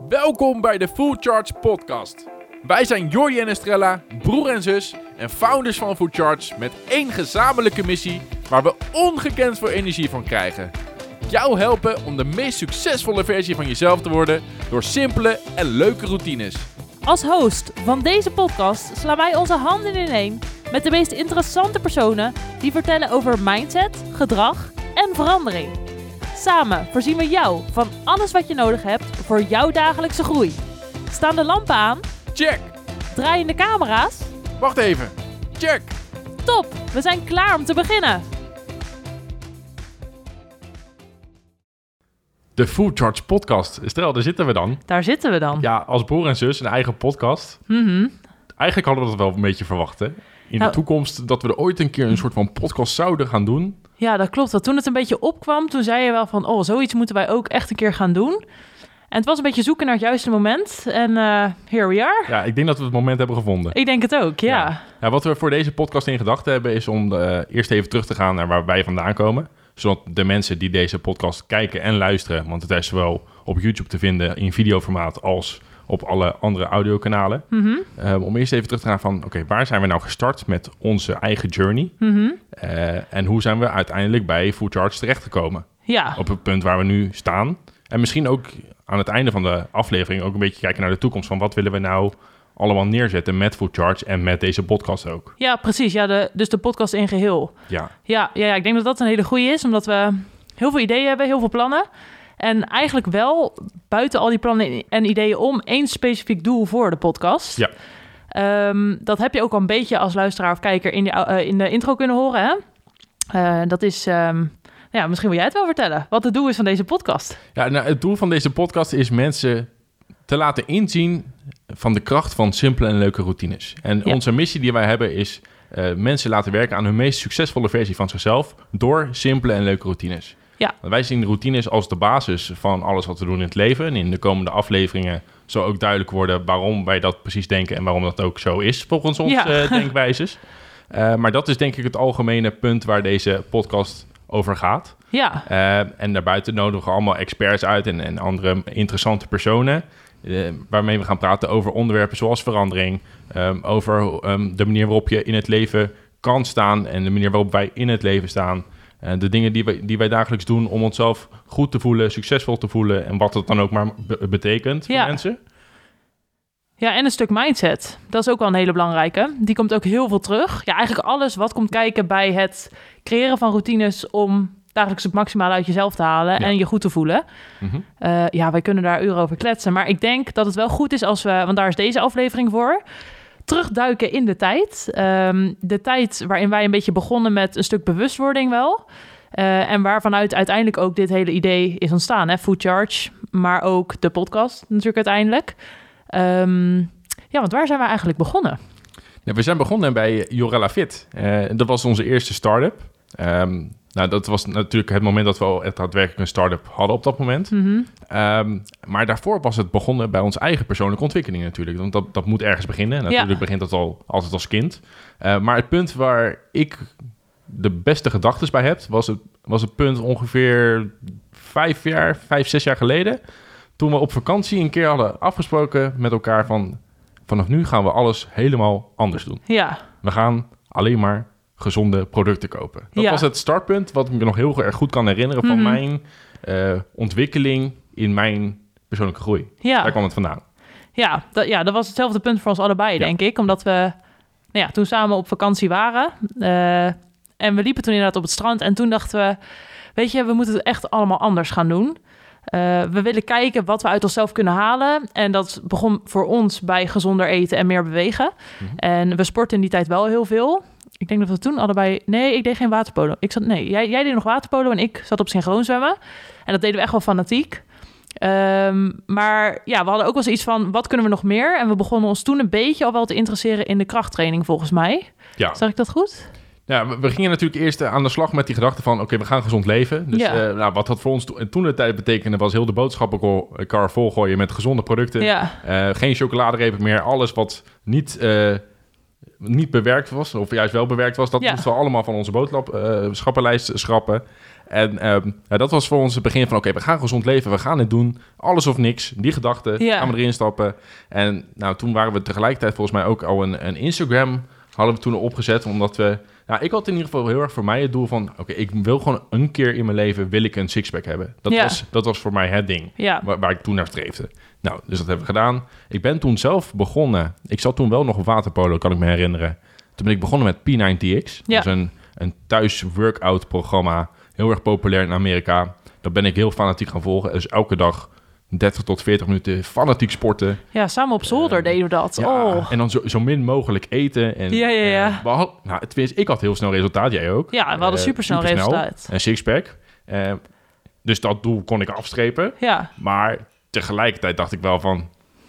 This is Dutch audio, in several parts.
Welkom bij de Full Charge podcast. Wij zijn Jordi en Estrella, broer en zus en founders van Full Charge met één gezamenlijke missie waar we ongekend veel energie van krijgen. Jou helpen om de meest succesvolle versie van jezelf te worden door simpele en leuke routines. Als host van deze podcast slaan wij onze handen ineen met de meest interessante personen die vertellen over mindset, gedrag en verandering. Samen voorzien we jou van alles wat je nodig hebt voor jouw dagelijkse groei. Staan de lampen aan? Check! Draaien de camera's? Wacht even. Check! Top! We zijn klaar om te beginnen! De Full Charge podcast. Estrella, daar zitten we dan. Daar zitten we dan. Ja, als broer en zus, een eigen podcast. Eigenlijk hadden we dat wel een beetje verwacht, hè? In de toekomst dat we er ooit een keer een soort van podcast zouden gaan doen. Ja, dat klopt. Want toen het een beetje opkwam, toen zei je wel van... zoiets moeten wij ook echt een keer gaan doen. En het was een beetje zoeken naar het juiste moment. En here we are. Ja, ik denk dat we het moment hebben gevonden. Ik denk het ook, ja. Ja, wat we voor deze podcast in gedachten hebben... is om eerst even terug te gaan naar waar wij vandaan komen. Zodat de mensen die deze podcast kijken en luisteren... want het is zowel op YouTube te vinden in videoformaat... als op alle andere audiokanalen. Om eerst even terug te gaan van... oké, waar zijn we nou gestart met onze eigen journey? En hoe zijn we uiteindelijk bij Full Charge terechtgekomen? Ja. Op het punt waar we nu staan. En misschien ook aan het einde van de aflevering... ook een beetje kijken naar de toekomst... van wat willen we nou allemaal neerzetten met Full Charge... en met deze podcast ook. Ja, precies. Ja, dus de podcast in geheel. Ja, ik denk dat dat een hele goeie is... omdat we heel veel ideeën hebben, heel veel plannen... En eigenlijk wel buiten al die plannen en ideeën om één specifiek doel voor de podcast. Ja. Dat heb je ook al een beetje als luisteraar of kijker in de intro kunnen horen. Hè? Dat is, misschien wil jij het wel vertellen. Wat het doel is van deze podcast. Ja, nou, het doel van deze podcast is mensen te laten inzien van de kracht van simpele en leuke routines. En onze missie die wij hebben is mensen laten werken aan hun meest succesvolle versie van zichzelf door simpele en leuke routines. Ja. Wij zien routines als de basis van alles wat we doen in het leven. En in de komende afleveringen zal ook duidelijk worden waarom wij dat precies denken en waarom dat ook zo is volgens onze denkwijzes. Maar dat is denk ik het algemene punt waar deze podcast over gaat. Ja. En daarbuiten nodigen we allemaal experts uit en andere interessante personen. Waarmee we gaan praten over onderwerpen zoals verandering. Over de manier waarop je in het leven kan staan en de manier waarop wij in het leven staan. De dingen die wij dagelijks doen om onszelf goed te voelen, succesvol te voelen... en wat het dan ook maar betekent voor mensen. Ja, en een stuk mindset. Dat is ook wel een hele belangrijke. Die komt ook heel veel terug. Ja, eigenlijk alles wat komt kijken bij het creëren van routines... om dagelijks het maximale uit jezelf te halen en je goed te voelen. Wij kunnen daar uren over kletsen. Maar ik denk dat het wel goed is als we... want daar is deze aflevering voor... terugduiken in de tijd. De tijd waarin wij een beetje begonnen met een stuk bewustwording wel. En waarvanuit uiteindelijk ook dit hele idee is ontstaan. Hè? Full Charge, maar ook de podcast natuurlijk uiteindelijk. Want waar zijn we eigenlijk begonnen? Ja, we zijn begonnen bij Jorella Fit. Dat was onze eerste start-up. Dat was natuurlijk het moment dat we al echt daadwerkelijk een start-up hadden op dat moment. Maar daarvoor was het begonnen bij onze eigen persoonlijke ontwikkeling natuurlijk. Want dat moet ergens beginnen. Natuurlijk begint dat altijd als kind. Maar het punt waar ik de beste gedachten bij heb... was het punt ongeveer 5, 6 jaar geleden... toen we op vakantie een keer hadden afgesproken met elkaar van... vanaf nu gaan we alles helemaal anders doen. Ja. We gaan alleen maar gezonde producten kopen. Dat was het startpunt wat ik me nog heel erg goed kan herinneren... van mijn ontwikkeling in mijn persoonlijke groei. Ja. Daar kwam het vandaan. Dat was hetzelfde punt voor ons allebei, denk ik. Omdat we toen samen op vakantie waren. En we liepen toen inderdaad op het strand. En toen dachten we, weet je, we moeten het echt allemaal anders gaan doen. We willen kijken wat we uit onszelf kunnen halen. En dat begon voor ons bij gezonder eten en meer bewegen. En we sporten in die tijd wel heel veel. Ik denk dat we toen allebei... Nee, ik deed geen waterpolo. Jij deed nog waterpolo en ik zat op synchroon zwemmen. En dat deden we echt wel fanatiek. Maar we hadden ook wel zoiets van... wat kunnen we nog meer? En we begonnen ons toen een beetje al wel te interesseren... in de krachttraining, volgens mij. Ja. Zeg ik dat goed? Ja, we gingen natuurlijk eerst aan de slag met die gedachte van... oké, we gaan gezond leven. Dus wat dat voor ons toen de tijd betekende... was heel de boodschappenkar volgooien met gezonde producten. Ja. Geen chocoladerepen meer. Alles wat niet niet bewerkt was, of juist wel bewerkt was, dat moesten we allemaal van onze boodschappenlijst schrappen. En dat was voor ons het begin van, oké, we gaan gezond leven, we gaan het doen, alles of niks. Die gedachte, gaan we erin stappen. En nou, toen waren we tegelijkertijd volgens mij ook al een Instagram hadden we toen opgezet, omdat we... Nou, ik had in ieder geval heel erg voor mij het doel van... Oké, ik wil gewoon een keer in mijn leven wil ik een sixpack hebben. Dat was voor mij het ding waar ik toen naar streefde. Nou, dus dat hebben we gedaan. Ik ben toen zelf begonnen. Ik zat toen wel nog op waterpolo, kan ik me herinneren. Toen ben ik begonnen met P90X. Dat is een thuis workout programma. Heel erg populair in Amerika. Daar ben ik heel fanatiek gaan volgen. Dus elke dag 30 tot 40 minuten fanatiek sporten. Ja, samen op zolder deden we dat. Ja, en dan zo min mogelijk eten. En, ik had heel snel resultaat, jij ook. Ja, we hadden supersnel resultaat. Een sixpack. Dus dat doel kon ik afstrepen. Ja. Maar tegelijkertijd dacht ik wel van...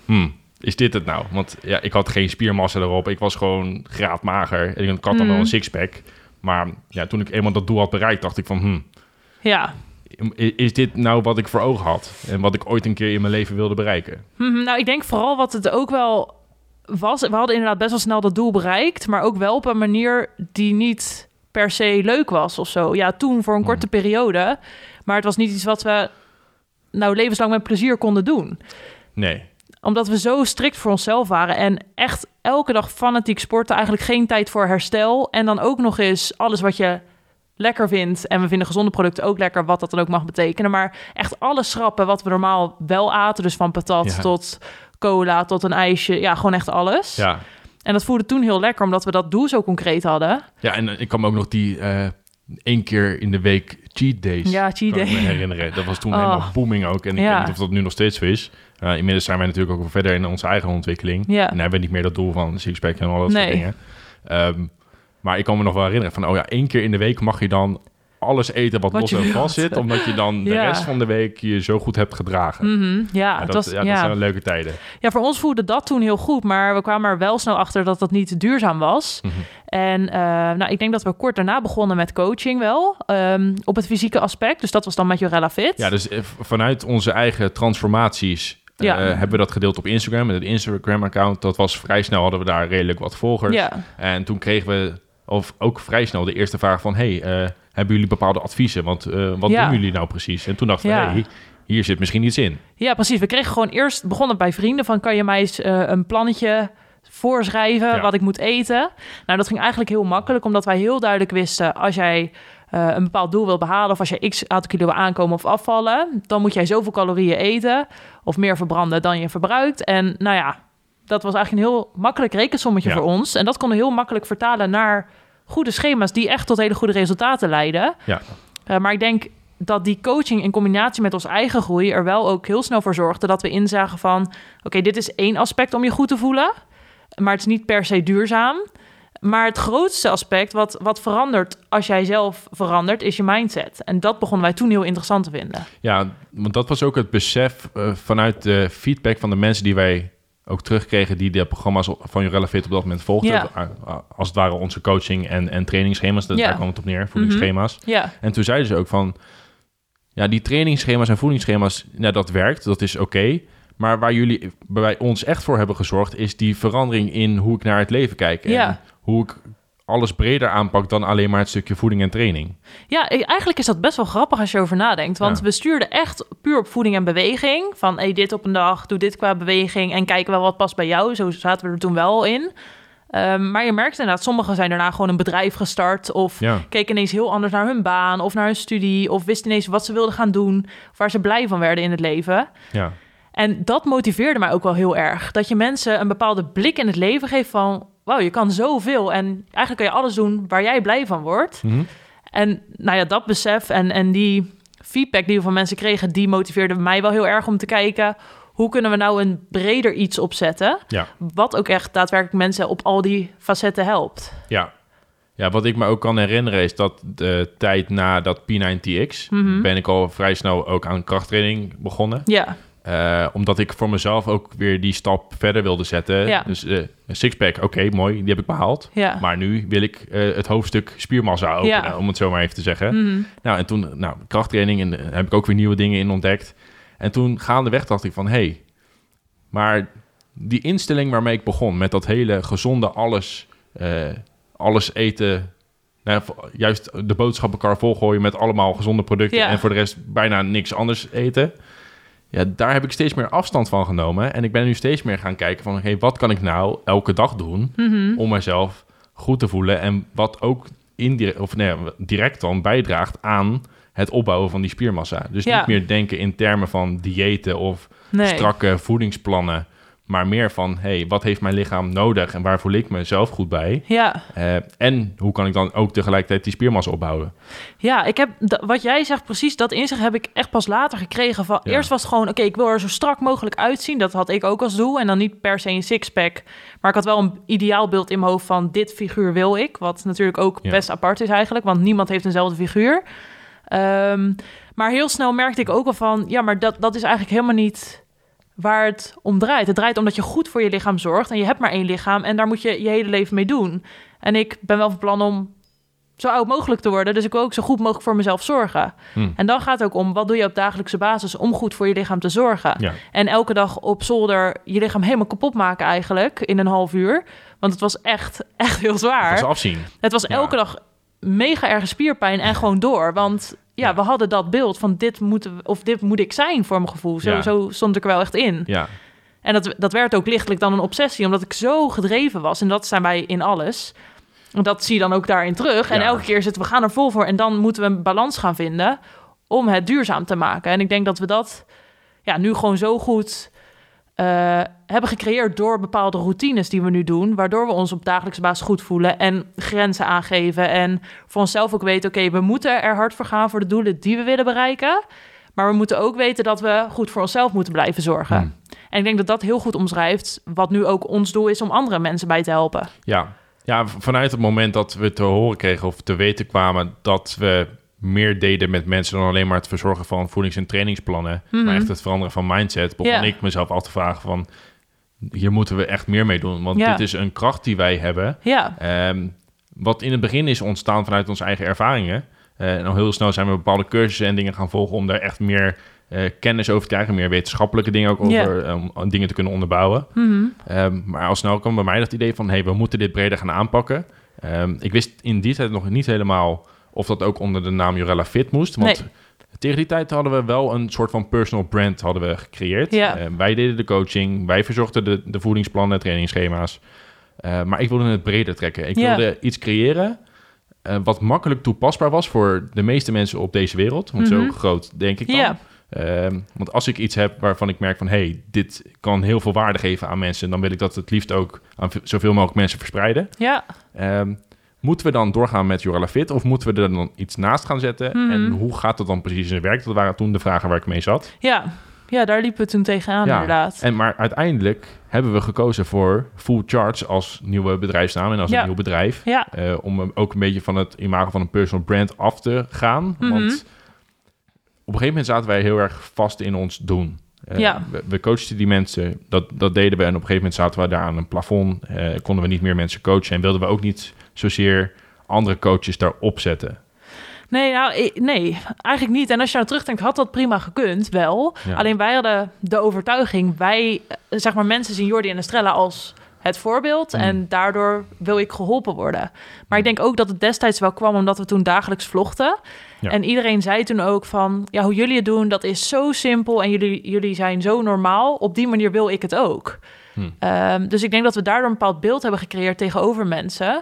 is dit het nou? Want ik had geen spiermassa erop. Ik was gewoon graadmager. En ik had dan wel een sixpack. Maar toen ik eenmaal dat doel had bereikt, dacht ik van... Ja. Is dit nou wat ik voor ogen had? En wat ik ooit een keer in mijn leven wilde bereiken? Nou, ik denk vooral wat het ook wel was... We hadden inderdaad best wel snel dat doel bereikt... maar ook wel op een manier die niet per se leuk was of zo. Ja, toen voor een korte periode. Maar het was niet iets wat we levenslang met plezier konden doen. Nee. Omdat we zo strikt voor onszelf waren... en echt elke dag fanatiek sporten... eigenlijk geen tijd voor herstel... en dan ook nog eens alles wat je... lekker vindt. En we vinden gezonde producten ook lekker, wat dat dan ook mag betekenen. Maar echt alles schrappen wat we normaal wel aten. Dus van patat tot cola, tot een ijsje. Ja, gewoon echt alles. Ja. En dat voelde toen heel lekker, omdat we dat doel zo concreet hadden. Ja, en ik kan me ook nog die 1 keer in de week cheat days. Ja, cheat day. Me herinneren. Dat was toen helemaal booming ook. En ik weet niet of dat nu nog steeds zo is. Inmiddels zijn wij natuurlijk ook verder in onze eigen ontwikkeling. Ja. En hebben we niet meer dat doel van sixpack en al dat soort dingen. Maar ik kan me nog wel herinneren van... 1 keer in de week mag je dan alles eten wat los en vast zit... omdat je dan de rest van de week je zo goed hebt gedragen. Mm-hmm. Dat zijn leuke tijden. Ja, voor ons voelde dat toen heel goed... maar we kwamen er wel snel achter dat dat niet duurzaam was. Mm-hmm. En ik denk dat we kort daarna begonnen met coaching wel... op het fysieke aspect. Dus dat was dan met Jorella Fit. Ja, dus vanuit onze eigen transformaties... hebben we dat gedeeld op Instagram. Met het Instagram-account, dat was vrij snel... hadden we daar redelijk wat volgers. Ja. En toen kregen we... Of ook vrij snel de eerste vraag van... hebben jullie bepaalde adviezen? Want wat doen jullie nou precies? En toen dachten we, hier zit misschien iets in. Ja, precies. We kregen gewoon eerst... begonnen bij vrienden van... kan je mij eens een plannetje voorschrijven... wat ik moet eten? Nou, dat ging eigenlijk heel makkelijk... omdat wij heel duidelijk wisten... als jij een bepaald doel wil behalen... of als je x aantal kilo wil aankomen of afvallen... dan moet jij zoveel calorieën eten... of meer verbranden dan je verbruikt. En dat was eigenlijk een heel makkelijk rekensommetje voor ons. En dat konden we heel makkelijk vertalen naar goede schema's... die echt tot hele goede resultaten leiden. Ja. Maar ik denk dat die coaching in combinatie met onze eigen groei... er wel ook heel snel voor zorgde dat we inzagen van... oké, dit is 1 aspect om je goed te voelen... maar het is niet per se duurzaam. Maar het grootste aspect wat verandert als jij zelf verandert... is je mindset. En dat begonnen wij toen heel interessant te vinden. Ja, want dat was ook het besef vanuit de feedback van de mensen die wij... ook terugkregen die de programma's van Jorella Fit op dat moment volgden. Ja. Als het ware onze coaching en trainingsschema's. Daar kwam het op neer, voedingsschema's. Mm-hmm. Ja. En toen zeiden ze ook van... ja, die trainingsschema's en voedingsschema's... dat werkt, dat is oké. Maar waar jullie bij ons echt voor hebben gezorgd... is die verandering in hoe ik naar het leven kijk. En hoe ik alles breder aanpak dan alleen maar het stukje voeding en training. Ja, eigenlijk is dat best wel grappig als je over nadenkt. Want we stuurden echt puur op voeding en beweging. Van dit op een dag, doe dit qua beweging... en kijken wel wat past bij jou. Zo zaten we er toen wel in. Maar je merkt inderdaad, sommigen zijn daarna gewoon een bedrijf gestart... of keken ineens heel anders naar hun baan of naar hun studie... of wisten ineens wat ze wilden gaan doen... of waar ze blij van werden in het leven. Ja. En dat motiveerde mij ook wel heel erg. Dat je mensen een bepaalde blik in het leven geeft van... wauw, je kan zoveel en eigenlijk kan je alles doen waar jij blij van wordt. Mm-hmm. En dat besef en die feedback die we van mensen kregen... die motiveerde mij wel heel erg om te kijken... hoe kunnen we nou een breder iets opzetten... wat ook echt daadwerkelijk mensen op al die facetten helpt. Ja, wat ik me ook kan herinneren is dat de tijd na dat P90X... ben ik al vrij snel ook aan krachttraining begonnen. Ja. Omdat ik voor mezelf ook weer die stap verder wilde zetten. Ja. Dus een sixpack, oké, mooi, die heb ik behaald. Ja. Maar nu wil ik het hoofdstuk spiermassa openen, om het zo maar even te zeggen. Mm-hmm. Nou, en toen krachttraining en heb ik ook weer nieuwe dingen in ontdekt. En toen gaandeweg dacht ik van, maar die instelling waarmee ik begon... met dat hele gezonde alles alles eten... juist de boodschappenkar volgooien met allemaal gezonde producten... en voor de rest bijna niks anders eten. Ja, daar heb ik steeds meer afstand van genomen. En ik ben nu steeds meer gaan kijken van... Oké, wat kan ik nou elke dag doen om mezelf goed te voelen... en wat ook direct dan bijdraagt aan het opbouwen van die spiermassa. Dus niet meer denken in termen van diëten of strakke voedingsplannen... maar meer van, wat heeft mijn lichaam nodig... en waar voel ik mezelf goed bij? Ja. En hoe kan ik dan ook tegelijkertijd die spiermassa opbouwen? Ja, ik heb wat jij zegt, precies dat inzicht heb ik echt pas later gekregen. Eerst was het gewoon, ik wil er zo strak mogelijk uitzien. Dat had ik ook als doel. En dan niet per se een sixpack. Maar ik had wel een ideaalbeeld in mijn hoofd van... dit figuur wil ik. Wat natuurlijk ook best apart is eigenlijk. Want niemand heeft eenzelfde figuur. Maar heel snel merkte ik ook al van... ja, maar dat is eigenlijk helemaal niet... waar het om draait. Het draait om dat je goed voor je lichaam zorgt... en je hebt maar 1 lichaam en daar moet je je hele leven mee doen. En ik ben wel van plan om zo oud mogelijk te worden... dus ik wil ook zo goed mogelijk voor mezelf zorgen. En dan gaat het ook om, wat doe je op dagelijkse basis... om goed voor je lichaam te zorgen. Ja. En elke dag op zolder je lichaam helemaal kapot maken eigenlijk... in een half uur. Want het was echt heel zwaar. Het was afzien. Het was elke dag mega erge spierpijn en gewoon door. Want... Ja, we hadden dat beeld van dit moet ik zijn voor mijn gevoel. Zo stond ik er wel echt in. Ja. En dat werd ook lichtelijk dan een obsessie, omdat ik zo gedreven was. En dat zijn wij in alles. En dat zie je dan ook daarin terug. En elke keer zitten we gaan er vol voor. En dan moeten we een balans gaan vinden om het duurzaam te maken. En ik denk dat we dat nu gewoon zo goed hebben gecreëerd door bepaalde routines die we nu doen, waardoor we ons op dagelijkse basis goed voelen en grenzen aangeven en voor onszelf ook weten, we moeten er hard voor gaan voor de doelen die we willen bereiken, maar we moeten ook weten dat we goed voor onszelf moeten blijven zorgen. En ik denk dat dat heel goed omschrijft wat nu ook ons doel is om andere mensen bij te helpen. Ja, vanuit het moment dat we te horen kregen of te weten kwamen dat we meer deden met mensen dan alleen maar het verzorgen van voedings- en trainingsplannen, maar echt het veranderen van mindset, begon ik mezelf af te vragen van, hier moeten we echt meer mee doen, want dit is een kracht die wij hebben, wat in het begin is ontstaan vanuit onze eigen ervaringen. En al heel snel zijn we bepaalde cursussen en dingen gaan volgen om daar echt meer kennis over te krijgen, meer wetenschappelijke dingen ook over, om dingen te kunnen onderbouwen. Maar al snel kwam bij mij dat idee van, we moeten dit breder gaan aanpakken. Ik wist in die tijd nog niet helemaal of dat ook onder de naam Jorella Fit moest. Want tegen die tijd hadden we wel een soort van personal brand gecreëerd. Wij deden de coaching, wij verzorgden de voedingsplannen, trainingsschema's. Maar ik wilde het breder trekken. Ik wilde iets creëren wat makkelijk toepasbaar was voor de meeste mensen op deze wereld. Want zo groot denk ik dan. Want als ik iets heb waarvan ik merk van, dit kan heel veel waarde geven aan mensen, dan wil ik dat het liefst ook aan zoveel mogelijk mensen verspreiden. Moeten we dan doorgaan met Jorella Fit of moeten we er dan iets naast gaan zetten? En hoe gaat dat dan precies in zijn werk? Dat waren toen de vragen waar ik mee zat. Ja, daar liepen we toen tegenaan inderdaad. Maar uiteindelijk hebben we gekozen voor Full Charge als nieuwe bedrijfsnaam en als een nieuw bedrijf. Om ook een beetje van het imago van een personal brand af te gaan. Want op een gegeven moment zaten wij heel erg vast in ons doen. We coachten die mensen, dat deden we. En op een gegeven moment zaten we daar aan een plafond. Konden we niet meer mensen coachen en wilden we ook niet zozeer andere coaches daarop zetten. Nee, eigenlijk niet. En als je nou terugdenkt, had dat prima gekund, wel. Alleen wij hadden de overtuiging, mensen zien Jordi en Estrella als het voorbeeld en daardoor wil ik geholpen worden. Maar ik denk ook dat het destijds wel kwam omdat we toen dagelijks vlogten. En iedereen zei toen ook van, hoe jullie het doen, dat is zo simpel en jullie zijn zo normaal. Op die manier wil ik het ook. Dus ik denk dat we daardoor een bepaald beeld hebben gecreëerd tegenover mensen,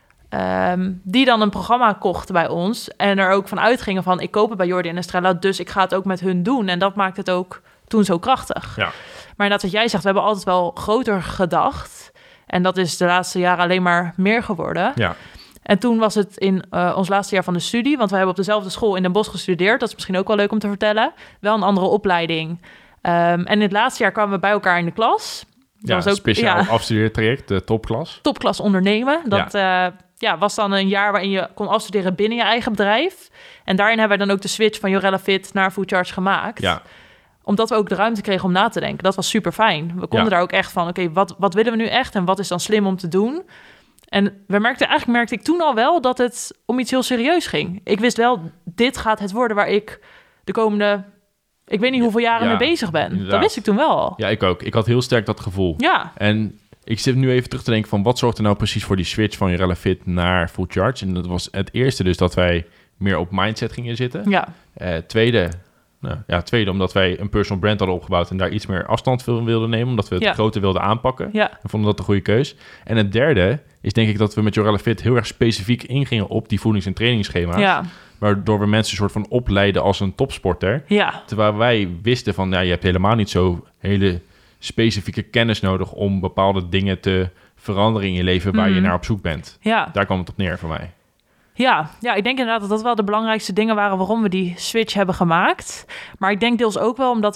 die dan een programma kochten bij ons en er ook van uitgingen van, ik koop het bij Jordi en Estrella, dus ik ga het ook met hun doen. En dat maakt het ook toen zo krachtig. Maar inderdaad, wat jij zegt, we hebben altijd wel groter gedacht. En dat is de laatste jaren alleen maar meer geworden. En toen was het in ons laatste jaar van de studie, want we hebben op dezelfde school in Den Bosch gestudeerd. Dat is misschien ook wel leuk om te vertellen. Wel een andere opleiding. En in het laatste jaar kwamen we bij elkaar in de klas. Dat was ook speciaal afstudeertraject, de topklas. Topklas ondernemen. Dat was dan een jaar waarin je kon afstuderen binnen je eigen bedrijf. En daarin hebben we dan ook de switch van Jorella Fit naar Full Charge gemaakt. Omdat we ook de ruimte kregen om na te denken. Dat was super fijn. We konden daar ook echt van, wat willen we nu echt? En wat is dan slim om te doen? En merkte ik toen al wel dat het om iets heel serieus ging. Ik wist wel, dit gaat het worden waar ik de komende, ik weet niet hoeveel jaren mee bezig ben. Inderdaad. Dat wist ik toen wel al. Ja, ik ook. Ik had heel sterk dat gevoel. En Ik zit nu even terug te denken van wat zorgt er nou precies voor die switch van Jorella Fit naar Full Charge? En dat was het eerste dus dat wij meer op mindset gingen zitten. Ja. Tweede, omdat wij een personal brand hadden opgebouwd en daar iets meer afstand wilden nemen, omdat we het groter wilden aanpakken. Ja. En vonden dat een goede keus. En het derde is denk ik dat we met Jorella Fit heel erg specifiek ingingen op die voedings- en trainingsschema's. Ja. Waardoor we mensen een soort van opleiden als een topsporter. Ja. Terwijl wij wisten van, je hebt helemaal niet zo hele specifieke kennis nodig om bepaalde dingen te veranderen in je leven waar je naar op zoek bent. Ja. Daar kwam het op neer voor mij. Ja, ik denk inderdaad dat dat wel de belangrijkste dingen waren waarom we die switch hebben gemaakt. Maar ik denk deels ook wel omdat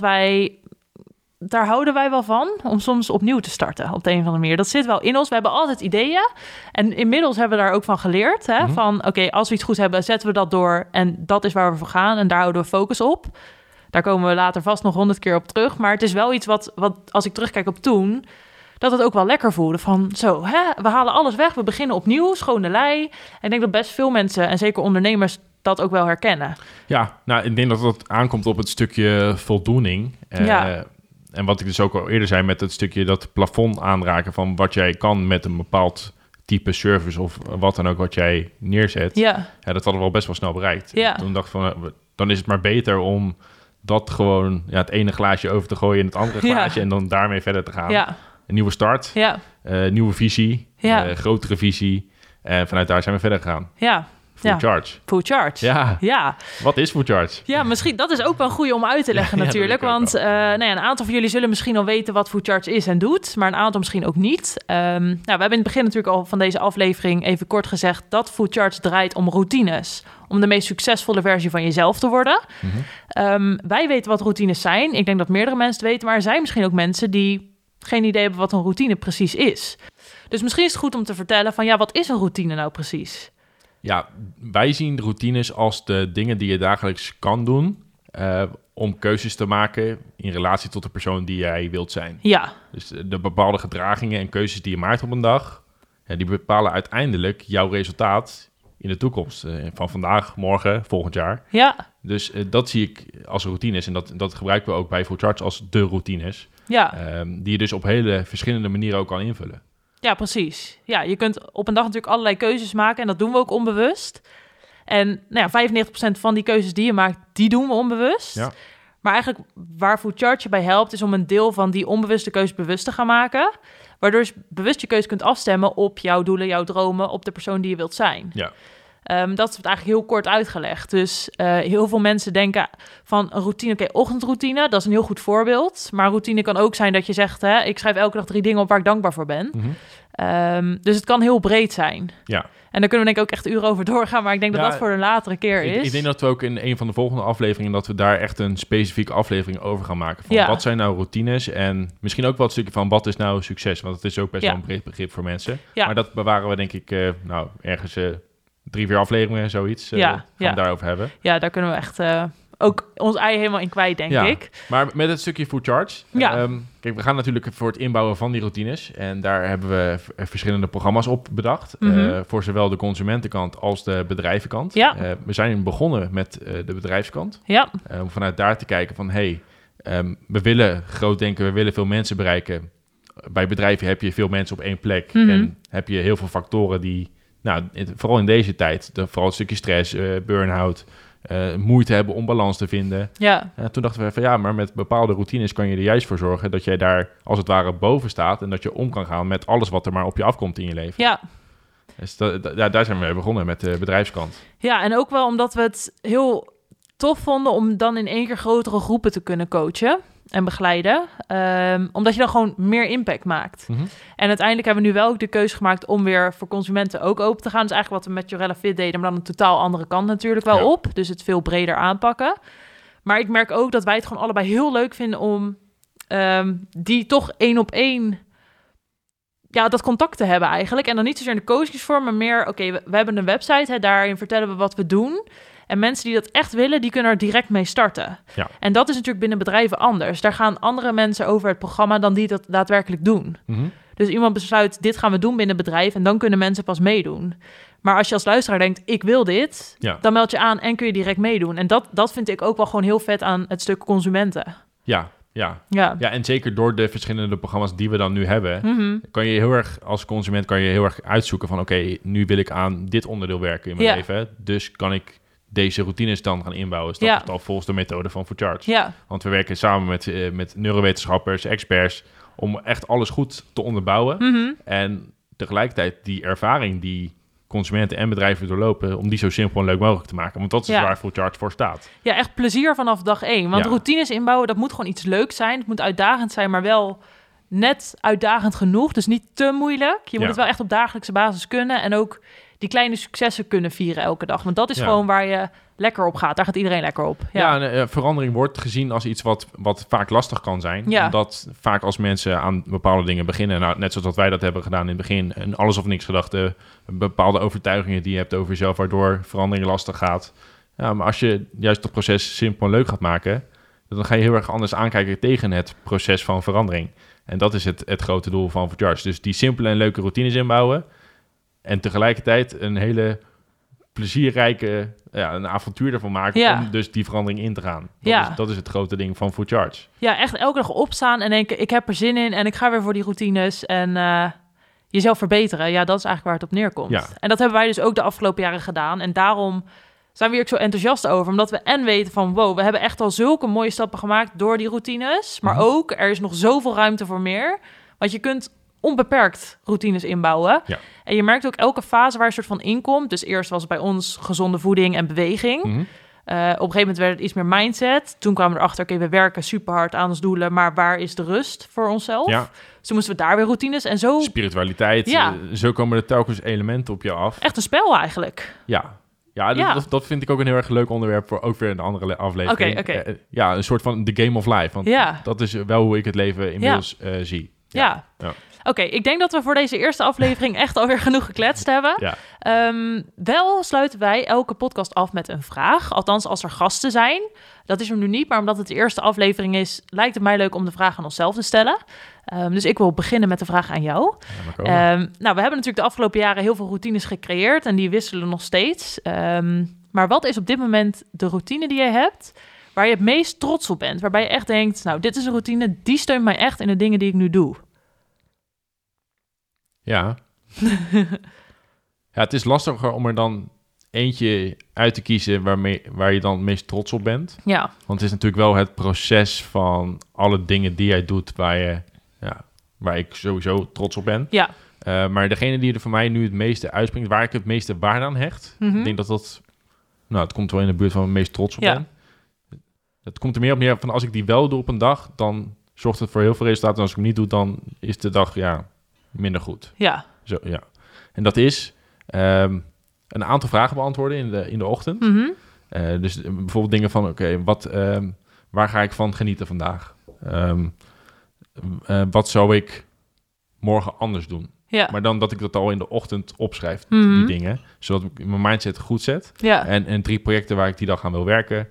daar houden wij wel van, om soms opnieuw te starten op de een of andere manier. Dat zit wel in ons. We hebben altijd ideeën. En inmiddels hebben we daar ook van geleerd. Hè? Van, oké, als we iets goed hebben, zetten we dat door. En dat is waar we voor gaan. En daar houden we focus op. Daar komen we later vast nog 100 keer op terug. Maar het is wel iets wat als ik terugkijk op toen, dat het ook wel lekker voelde. Van zo, we halen alles weg. We beginnen opnieuw, schone lei. En ik denk dat best veel mensen, en zeker ondernemers, dat ook wel herkennen. Ja, nou, ik denk dat het aankomt op het stukje voldoening. En wat ik dus ook al eerder zei met het stukje dat plafond aanraken van wat jij kan met een bepaald type service of wat dan ook wat jij neerzet. Ja, dat hadden we al best wel snel bereikt. Ja. Toen dacht ik van, dan is het maar beter om dat gewoon het ene glaasje over te gooien in het andere glaasje en dan daarmee verder te gaan. Ja. Een nieuwe start, nieuwe visie, grotere visie. En vanuit daar zijn we verder gegaan. Ja. Full charge. Full charge. Ja. Wat is full charge? Ja, misschien dat is ook wel een goede om uit te leggen natuurlijk. Want een aantal van jullie zullen misschien al weten wat full charge is en doet. Maar een aantal misschien ook niet. We hebben in het begin natuurlijk al van deze aflevering even kort gezegd dat full charge draait om routines. Om de meest succesvolle versie van jezelf te worden. Wij weten wat routines zijn. Ik denk dat meerdere mensen het weten. Maar er zijn misschien ook mensen die geen idee hebben wat een routine precies is. Dus misschien is het goed om te vertellen van wat is een routine nou precies? Ja, wij zien routines als de dingen die je dagelijks kan doen om keuzes te maken in relatie tot de persoon die jij wilt zijn. Ja. Dus de bepaalde gedragingen en keuzes die je maakt op een dag, die bepalen uiteindelijk jouw resultaat in de toekomst. Van vandaag, morgen, volgend jaar. Ja. Dus dat zie ik als routines en dat gebruiken we ook bij Full Charge als de routines. Ja. Die je dus op hele verschillende manieren ook kan invullen. Ja, precies. Ja, je kunt op een dag natuurlijk allerlei keuzes maken en dat doen we ook onbewust. En 95% van die keuzes die je maakt, die doen we onbewust. Ja. Maar eigenlijk waar Full Charge je bij helpt, is om een deel van die onbewuste keuze bewust te gaan maken. Waardoor je bewust je keuze kunt afstemmen op jouw doelen, jouw dromen, op de persoon die je wilt zijn. Ja. Dat is het eigenlijk heel kort uitgelegd. Dus heel veel mensen denken van een routine, ochtendroutine, dat is een heel goed voorbeeld. Maar routine kan ook zijn dat je zegt, ik schrijf elke dag 3 dingen op waar ik dankbaar voor ben. Dus het kan heel breed zijn. Ja. En daar kunnen we denk ik ook echt uren over doorgaan, maar ik denk dat dat voor een latere keer is. Ik denk dat we ook in een van de volgende afleveringen, dat we daar echt een specifieke aflevering over gaan maken. Van wat zijn nou routines en misschien ook wel het stukje van wat is nou succes, want het is ook best wel een breed begrip voor mensen. Ja. Maar dat bewaren we denk ik ergens 3-4 afleveringen, zoiets. Gaan we daarover hebben. Ja, daar kunnen we echt ook ons ei helemaal in kwijt, denk ik. Maar met het stukje Full Charge. Kijk, we gaan natuurlijk voor het inbouwen van die routines. En daar hebben we verschillende programma's op bedacht. Voor zowel de consumentenkant als de bedrijvenkant. Ja. We zijn begonnen met de bedrijfskant. Ja. Om vanuit daar te kijken van, we willen groot denken, we willen veel mensen bereiken. Bij bedrijven heb je veel mensen op één plek. En heb je heel veel factoren die, vooral in deze tijd, vooral het stukje stress, burn-out, moeite hebben om balans te vinden. Ja. Toen dachten we van maar met bepaalde routines kan je er juist voor zorgen dat jij daar als het ware boven staat en dat je om kan gaan met alles wat er maar op je afkomt in je leven. Ja. Dus daar zijn we mee begonnen met de bedrijfskant. Ja, en ook wel omdat we het heel tof vonden om dan in één keer grotere groepen te kunnen coachen en begeleiden. Omdat je dan gewoon meer impact maakt. En uiteindelijk hebben we nu wel ook de keuze gemaakt om weer voor consumenten ook open te gaan. Dus eigenlijk wat we met Jorella Fit deden, maar dan een totaal andere kant natuurlijk wel op. Dus het veel breder aanpakken. Maar ik merk ook dat wij het gewoon allebei heel leuk vinden om die toch 1-op-1 dat contact te hebben eigenlijk. En dan niet zozeer in de coachingsvorm, maar meer, we hebben een website, daarin vertellen we wat we doen. En mensen die dat echt willen, die kunnen er direct mee starten. Ja. En dat is natuurlijk binnen bedrijven anders. Daar gaan andere mensen over het programma dan die dat daadwerkelijk doen. Dus iemand besluit, dit gaan we doen binnen het bedrijf en dan kunnen mensen pas meedoen. Maar als je als luisteraar denkt, ik wil dit, dan meld je aan en kun je direct meedoen. En dat vind ik ook wel gewoon heel vet aan het stuk consumenten. Ja, Ja. Ja. Ja, en zeker door de verschillende programma's die we dan nu hebben, kan je heel erg als consument heel erg uitzoeken van oké, nu wil ik aan dit onderdeel werken in mijn leven. Dus kan ik deze routines dan gaan inbouwen. Dus dat is al volgens de methode van FoodCharge. Ja. Want we werken samen met neurowetenschappers, experts, om echt alles goed te onderbouwen. En tegelijkertijd die ervaring die consumenten en bedrijven doorlopen, om die zo simpel en leuk mogelijk te maken. Want dat is waar FoodCharge voor staat. Ja, echt plezier vanaf dag 1. Want routines inbouwen, dat moet gewoon iets leuks zijn. Het moet uitdagend zijn, maar wel net uitdagend genoeg. Dus niet te moeilijk. Je moet het wel echt op dagelijkse basis kunnen. En ook die kleine successen kunnen vieren elke dag. Want dat is gewoon waar je lekker op gaat. Daar gaat iedereen lekker op. Ja, verandering wordt gezien als iets wat vaak lastig kan zijn. Ja. Omdat vaak als mensen aan bepaalde dingen beginnen, nou, net zoals dat wij dat hebben gedaan in het begin, een alles of niks gedachte, bepaalde overtuigingen die je hebt over jezelf, waardoor verandering lastig gaat. Ja, maar als je juist het proces simpel en leuk gaat maken, dan ga je heel erg anders aankijken tegen het proces van verandering. En dat is het grote doel van FoodCharge. Dus die simpele en leuke routines inbouwen en tegelijkertijd een hele plezierrijke een avontuur ervan maken om dus die verandering in te gaan. Dat is het grote ding van FoodCharge. Ja, echt elke dag opstaan en denken, ik heb er zin in en ik ga weer voor die routines en jezelf verbeteren. Ja, dat is eigenlijk waar het op neerkomt. Ja. En dat hebben wij dus ook de afgelopen jaren gedaan. En daarom zijn we hier ook zo enthousiast over. Omdat we weten van, wow, we hebben echt al zulke mooie stappen gemaakt door die routines. Maar ook, er is nog zoveel ruimte voor meer. Want je kunt onbeperkt routines inbouwen. Ja. En je merkt ook elke fase waar je soort van inkomt. Dus eerst was het bij ons gezonde voeding en beweging. Op een gegeven moment werd het iets meer mindset. Toen kwamen we erachter, oké, we werken super hard aan ons doelen, maar waar is de rust voor onszelf? Ja. Dus toen moesten we daar weer routines en zo. Spiritualiteit, zo komen er telkens elementen op je af. Echt een spel eigenlijk. Ja, dat vind ik ook een heel erg leuk onderwerp voor ook weer een andere aflevering. Okay. Een soort van the game of life. Want dat is wel hoe ik het leven inmiddels zie. Ja. Oké, ik denk dat we voor deze eerste aflevering echt alweer genoeg gekletst hebben. Ja. Wel sluiten wij elke podcast af met een vraag. Althans, als er gasten zijn. Dat is er nu niet, maar omdat het de eerste aflevering is, lijkt het mij leuk om de vraag aan onszelf te stellen. Dus ik wil beginnen met de vraag aan jou. We hebben natuurlijk de afgelopen jaren heel veel routines gecreëerd en die wisselen nog steeds. Maar wat is op dit moment de routine die jij hebt, waar je het meest trots op bent? Waarbij je echt denkt, nou, dit is een routine, die steunt mij echt in de dingen die ik nu doe. Ja. Het is lastiger om er dan eentje uit te kiezen waar je dan het meest trots op bent. Ja. Want het is natuurlijk wel het proces van alle dingen die jij doet waar ik sowieso trots op ben. Ja. Maar degene die er voor mij nu het meeste uitspringt, waar ik het meeste waarde aan hecht, ik denk dat het komt wel in de buurt van het meest trots op ben. Het komt er meer op neer van als ik die wel doe op een dag, dan zorgt het voor heel veel resultaten. En als ik hem niet doe, dan is de dag minder goed. Ja. Zo, ja. En dat is een aantal vragen beantwoorden in de ochtend. Dus bijvoorbeeld dingen van, waar ga ik van genieten vandaag? Wat zou ik morgen anders doen? Ja. Maar dan dat ik dat al in de ochtend opschrijf, die dingen. Zodat ik mijn mindset goed zet. Ja. En 3 projecten waar ik die dag aan wil werken.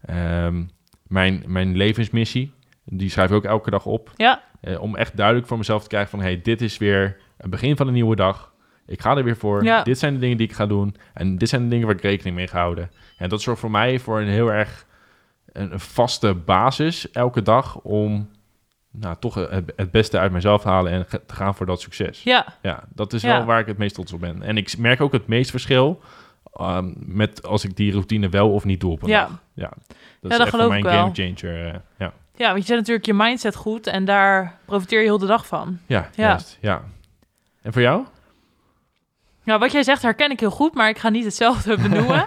Mijn levensmissie, die schrijf ik ook elke dag op. Ja. Om echt duidelijk voor mezelf te krijgen van, hey, dit is weer het begin van een nieuwe dag. Ik ga er weer voor. Ja. Dit zijn de dingen die ik ga doen. En dit zijn de dingen waar ik rekening mee ga houden. En dat zorgt voor mij voor een heel erg een vaste basis elke dag om toch het beste uit mezelf te halen en te gaan voor dat succes. Ja, dat is wel waar ik het meest trots op ben. En ik merk ook het meest verschil met als ik die routine wel of niet doe op een dag. Ja, dat is echt voor mij een gamechanger. Ja, want je zet natuurlijk je mindset goed en daar profiteer je heel de dag van. Ja, juist. Ja. En voor jou? Nou, wat jij zegt herken ik heel goed, maar ik ga niet hetzelfde benoemen.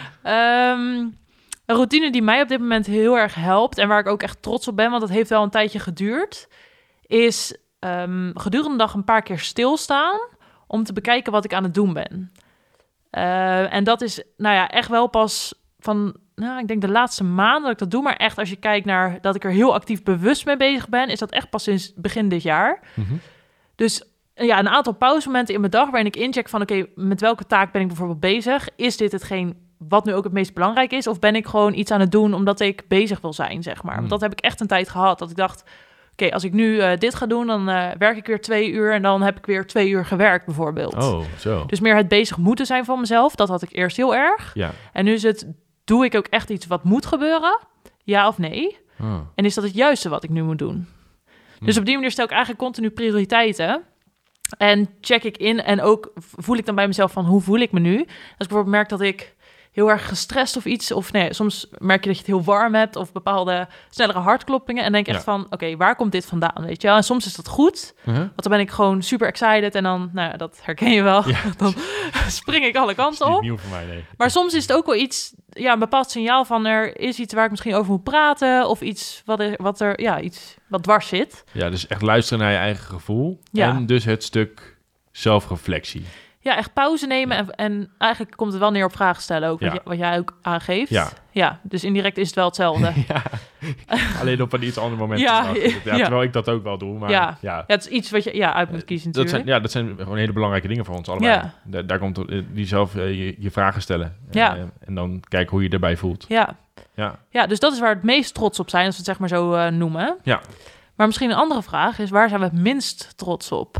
Een routine die mij op dit moment heel erg helpt en waar ik ook echt trots op ben, want dat heeft wel een tijdje geduurd, is gedurende de dag een paar keer stilstaan om te bekijken wat ik aan het doen ben. En dat is echt wel pas van, ik denk de laatste maanden dat ik dat doe, maar echt als je kijkt naar dat ik er heel actief bewust mee bezig ben, is dat echt pas sinds begin dit jaar. Dus een aantal pauzemomenten in mijn dag waarin ik incheck van oké, met welke taak ben ik bijvoorbeeld bezig? Is dit hetgeen wat nu ook het meest belangrijk is? Of ben ik gewoon iets aan het doen omdat ik bezig wil zijn, zeg maar? Want dat heb ik echt een tijd gehad, dat ik dacht, oké, als ik nu dit ga doen, dan werk ik weer 2 uur en dan heb ik weer 2 uur gewerkt, bijvoorbeeld. Oh, zo. Dus meer het bezig moeten zijn van mezelf, dat had ik eerst heel erg. Ja. En nu is het, doe ik ook echt iets wat moet gebeuren? Ja of nee? En is dat het juiste wat ik nu moet doen? Dus op die manier stel ik eigenlijk continu prioriteiten. En check ik in en ook voel ik dan bij mezelf van hoe voel ik me nu? Als ik bijvoorbeeld merk dat ik heel erg gestrest of iets, of nee, soms merk je dat je het heel warm hebt of bepaalde snellere hartkloppingen en denk echt van, oké, waar komt dit vandaan, weet je wel? En soms is dat goed, want dan ben ik gewoon super excited en dan, nou ja, dat herken je wel, dan spring ik alle kanten op. Nieuw voor mij, nee. Maar soms is het ook wel iets, een bepaald signaal van er is iets waar ik misschien over moet praten of iets wat dwars zit. Ja, dus echt luisteren naar je eigen gevoel en dus het stuk zelfreflectie. Ja, echt pauze nemen en eigenlijk komt het wel neer op vragen stellen ook, wat jij ook aangeeft. Ja, dus indirect is het wel hetzelfde. Alleen op een iets ander moment. Terwijl ik dat ook wel doe. Maar het is iets wat je uit moet kiezen natuurlijk. Dat zijn gewoon hele belangrijke dingen voor ons allebei. Daar komt die zelf je vragen stellen. En dan kijken hoe je erbij voelt. Ja, dus dat is waar we het meest trots op zijn, als we het zeg maar zo noemen. Ja. Maar misschien een andere vraag is, waar zijn we het minst trots op?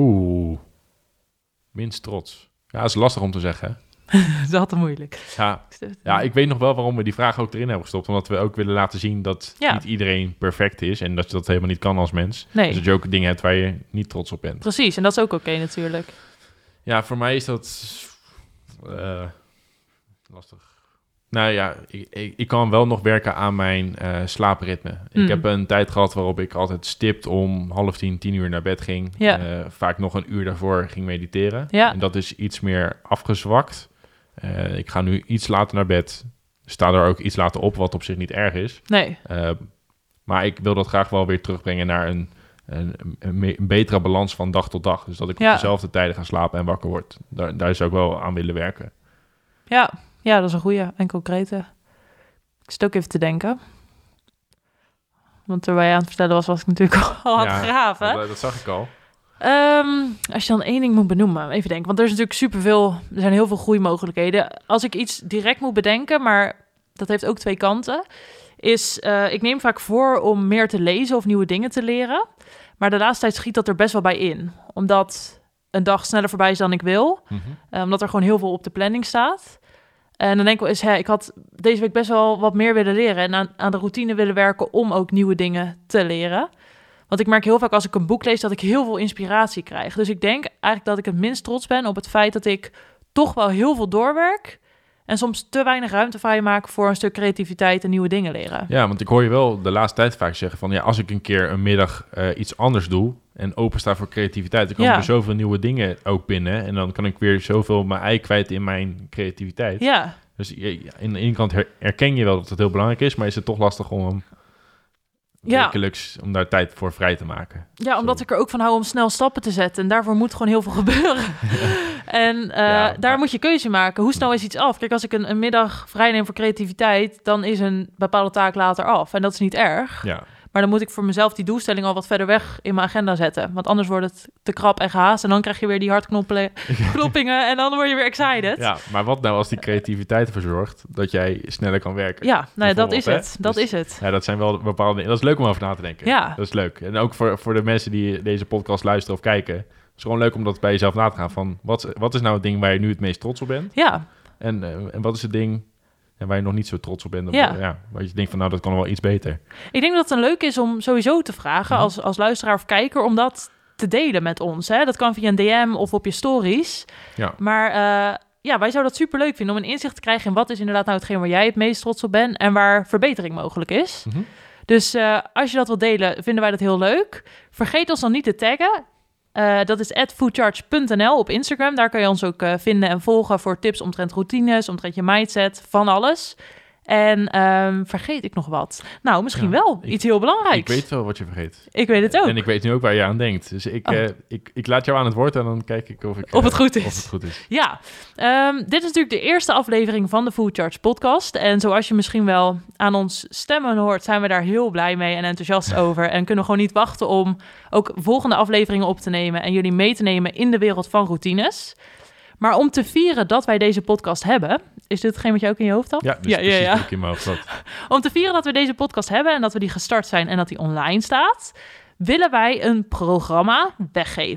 Minst trots. Ja, dat is lastig om te zeggen. Dat is altijd moeilijk. Ja, ik weet nog wel waarom we die vraag ook erin hebben gestopt. Omdat we ook willen laten zien dat niet iedereen perfect is. En dat je dat helemaal niet kan als mens. Nee. Dus dat je ook dingen hebt waar je niet trots op bent. Precies, en dat is ook oké natuurlijk. Ja, voor mij is dat lastig. Nou ja, ik kan wel nog werken aan mijn slaapritme. Ik heb een tijd gehad waarop ik altijd stipt om 9:30, 10:00 naar bed ging. Vaak nog een uur daarvoor ging mediteren. Ja. En dat is iets meer afgezwakt. Ik ga nu iets later naar bed. Sta er ook iets later op, wat op zich niet erg is. Nee. Maar ik wil dat graag wel weer terugbrengen naar een betere balans van dag tot dag. Dus dat ik op dezelfde tijden ga slapen en wakker word. Daar zou ik wel aan willen werken. Ja, dat is een goeie en concrete. Ik zit ook even te denken. Want terwijl je aan het vertellen was ik natuurlijk al aan het graven. Dat zag ik al. Als je dan één ding moet benoemen, even denken. Want er is natuurlijk superveel, er zijn heel veel groeimogelijkheden. Als ik iets direct moet bedenken, maar dat heeft ook twee kanten, is ik neem vaak voor om meer te lezen of nieuwe dingen te leren. Maar de laatste tijd schiet dat er best wel bij in. Omdat een dag sneller voorbij is dan ik wil. Omdat er gewoon heel veel op de planning staat. En dan denk ik wel eens, ik had deze week best wel wat meer willen leren en aan de routine willen werken om ook nieuwe dingen te leren. Want ik merk heel vaak als ik een boek lees dat ik heel veel inspiratie krijg. Dus ik denk eigenlijk dat ik het minst trots ben op het feit dat ik toch wel heel veel doorwerk en soms te weinig ruimte vrij maak voor een stuk creativiteit en nieuwe dingen leren. Ja, want ik hoor je wel de laatste tijd vaak zeggen van, als ik een keer een middag iets anders doe en opensta voor creativiteit, dan komen er zoveel nieuwe dingen ook binnen en dan kan ik weer zoveel mijn ei kwijt in mijn creativiteit. Ja. Dus aan de ene kant herken je wel dat het heel belangrijk is, maar is het toch lastig om hem wekelijks om daar tijd voor vrij te maken. Ja, omdat ik er ook van hou om snel stappen te zetten. En daarvoor moet gewoon heel veel gebeuren. En daar moet je keuze maken. Hoe snel is iets af? Kijk, als ik een middag vrij neem voor creativiteit, dan is een bepaalde taak later af. En dat is niet erg. Ja. Maar dan moet ik voor mezelf die doelstelling al wat verder weg in mijn agenda zetten. Want anders wordt het te krap en gehaast. En dan krijg je weer die hartkloppingen en dan word je weer excited. Ja, maar wat nou als die creativiteit ervoor zorgt dat jij sneller kan werken? Ja, dat is het. Dat is het. Ja, dat zijn wel bepaalde dingen. Dat is leuk om over na te denken. Ja. Dat is leuk. En ook voor de mensen die deze podcast luisteren of kijken. Het is gewoon leuk om dat bij jezelf na te gaan. Van wat is nou het ding waar je nu het meest trots op bent? Ja. En wat is het ding en waar je nog niet zo trots op bent. Waar je denkt van, dat kan wel iets beter. Ik denk dat het een leuk is om sowieso te vragen als luisteraar of kijker om dat te delen met ons. Hè? Dat kan via een DM of op je stories. Ja. Maar wij zouden dat super leuk vinden om een inzicht te krijgen in wat is inderdaad nou hetgeen waar jij het meest trots op bent en waar verbetering mogelijk is. Dus als je dat wilt delen, vinden wij dat heel leuk. Vergeet ons dan niet te taggen. Dat is @foodcharge.nl op Instagram. Daar kan je ons ook vinden en volgen voor tips omtrent routines, omtrent je mindset, van alles. En vergeet ik nog wat? Nou, misschien wel. Iets heel belangrijks. Ik weet wel wat je vergeet. Ik weet het ook. En ik weet nu ook waar je aan denkt. Dus ik laat jou aan het woord en dan kijk ik of het goed is. Ja, dit is natuurlijk de eerste aflevering van de Food Charge podcast. En zoals je misschien wel aan ons stemmen hoort, zijn we daar heel blij mee en enthousiast over. En kunnen gewoon niet wachten om ook volgende afleveringen op te nemen en jullie mee te nemen in de wereld van routines. Maar om te vieren dat wij deze podcast hebben, is dit hetgeen wat je ook in je hoofd had? Ja, dus precies wat ik in mijn hoofd had. Om te vieren dat we deze podcast hebben en dat we die gestart zijn en dat die online staat, willen wij een programma weggeven.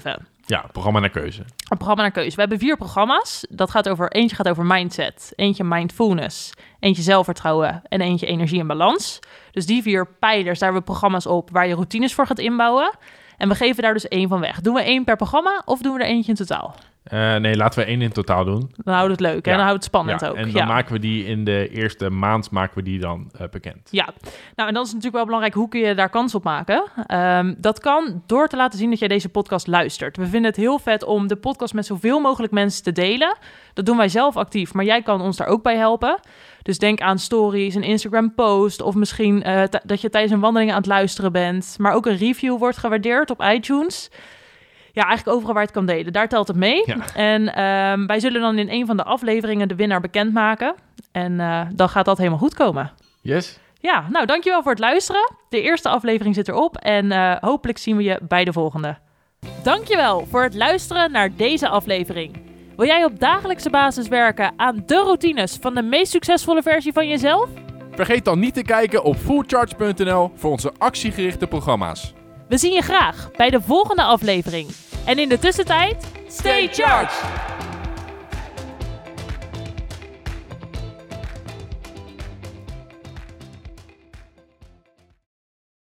Ja, programma naar keuze. Een programma naar keuze. We hebben 4 programma's. Eentje gaat over mindset, eentje mindfulness, eentje zelfvertrouwen en eentje energie en balans. Dus die 4 pijlers, daar hebben we programma's op waar je routines voor gaat inbouwen. En we geven daar dus 1 van weg. Doen we 1 per programma of doen we er eentje in totaal? Nee, laten we 1 in totaal doen. Dan houden we het leuk en dan houdt het spannend ook. En dan maken we die in de eerste maand dan bekend. Ja, nou en dan is het natuurlijk wel belangrijk, hoe kun je daar kans op maken? Dat kan door te laten zien dat jij deze podcast luistert. We vinden het heel vet om de podcast met zoveel mogelijk mensen te delen. Dat doen wij zelf actief, maar jij kan ons daar ook bij helpen. Dus denk aan stories, een Instagram post of misschien dat je tijdens een wandeling aan het luisteren bent. Maar ook een review wordt gewaardeerd op iTunes. Ja, eigenlijk overal waar je het kan delen. Daar telt het mee. Ja. En wij zullen dan in een van de afleveringen de winnaar bekendmaken. En dan gaat dat helemaal goed komen. Yes. Ja, nou dankjewel voor het luisteren. De eerste aflevering zit erop en hopelijk zien we je bij de volgende. Dankjewel voor het luisteren naar deze aflevering. Wil jij op dagelijkse basis werken aan de routines van de meest succesvolle versie van jezelf? Vergeet dan niet te kijken op fullcharge.nl voor onze actiegerichte programma's. We zien je graag bij de volgende aflevering. En in de tussentijd, stay charged!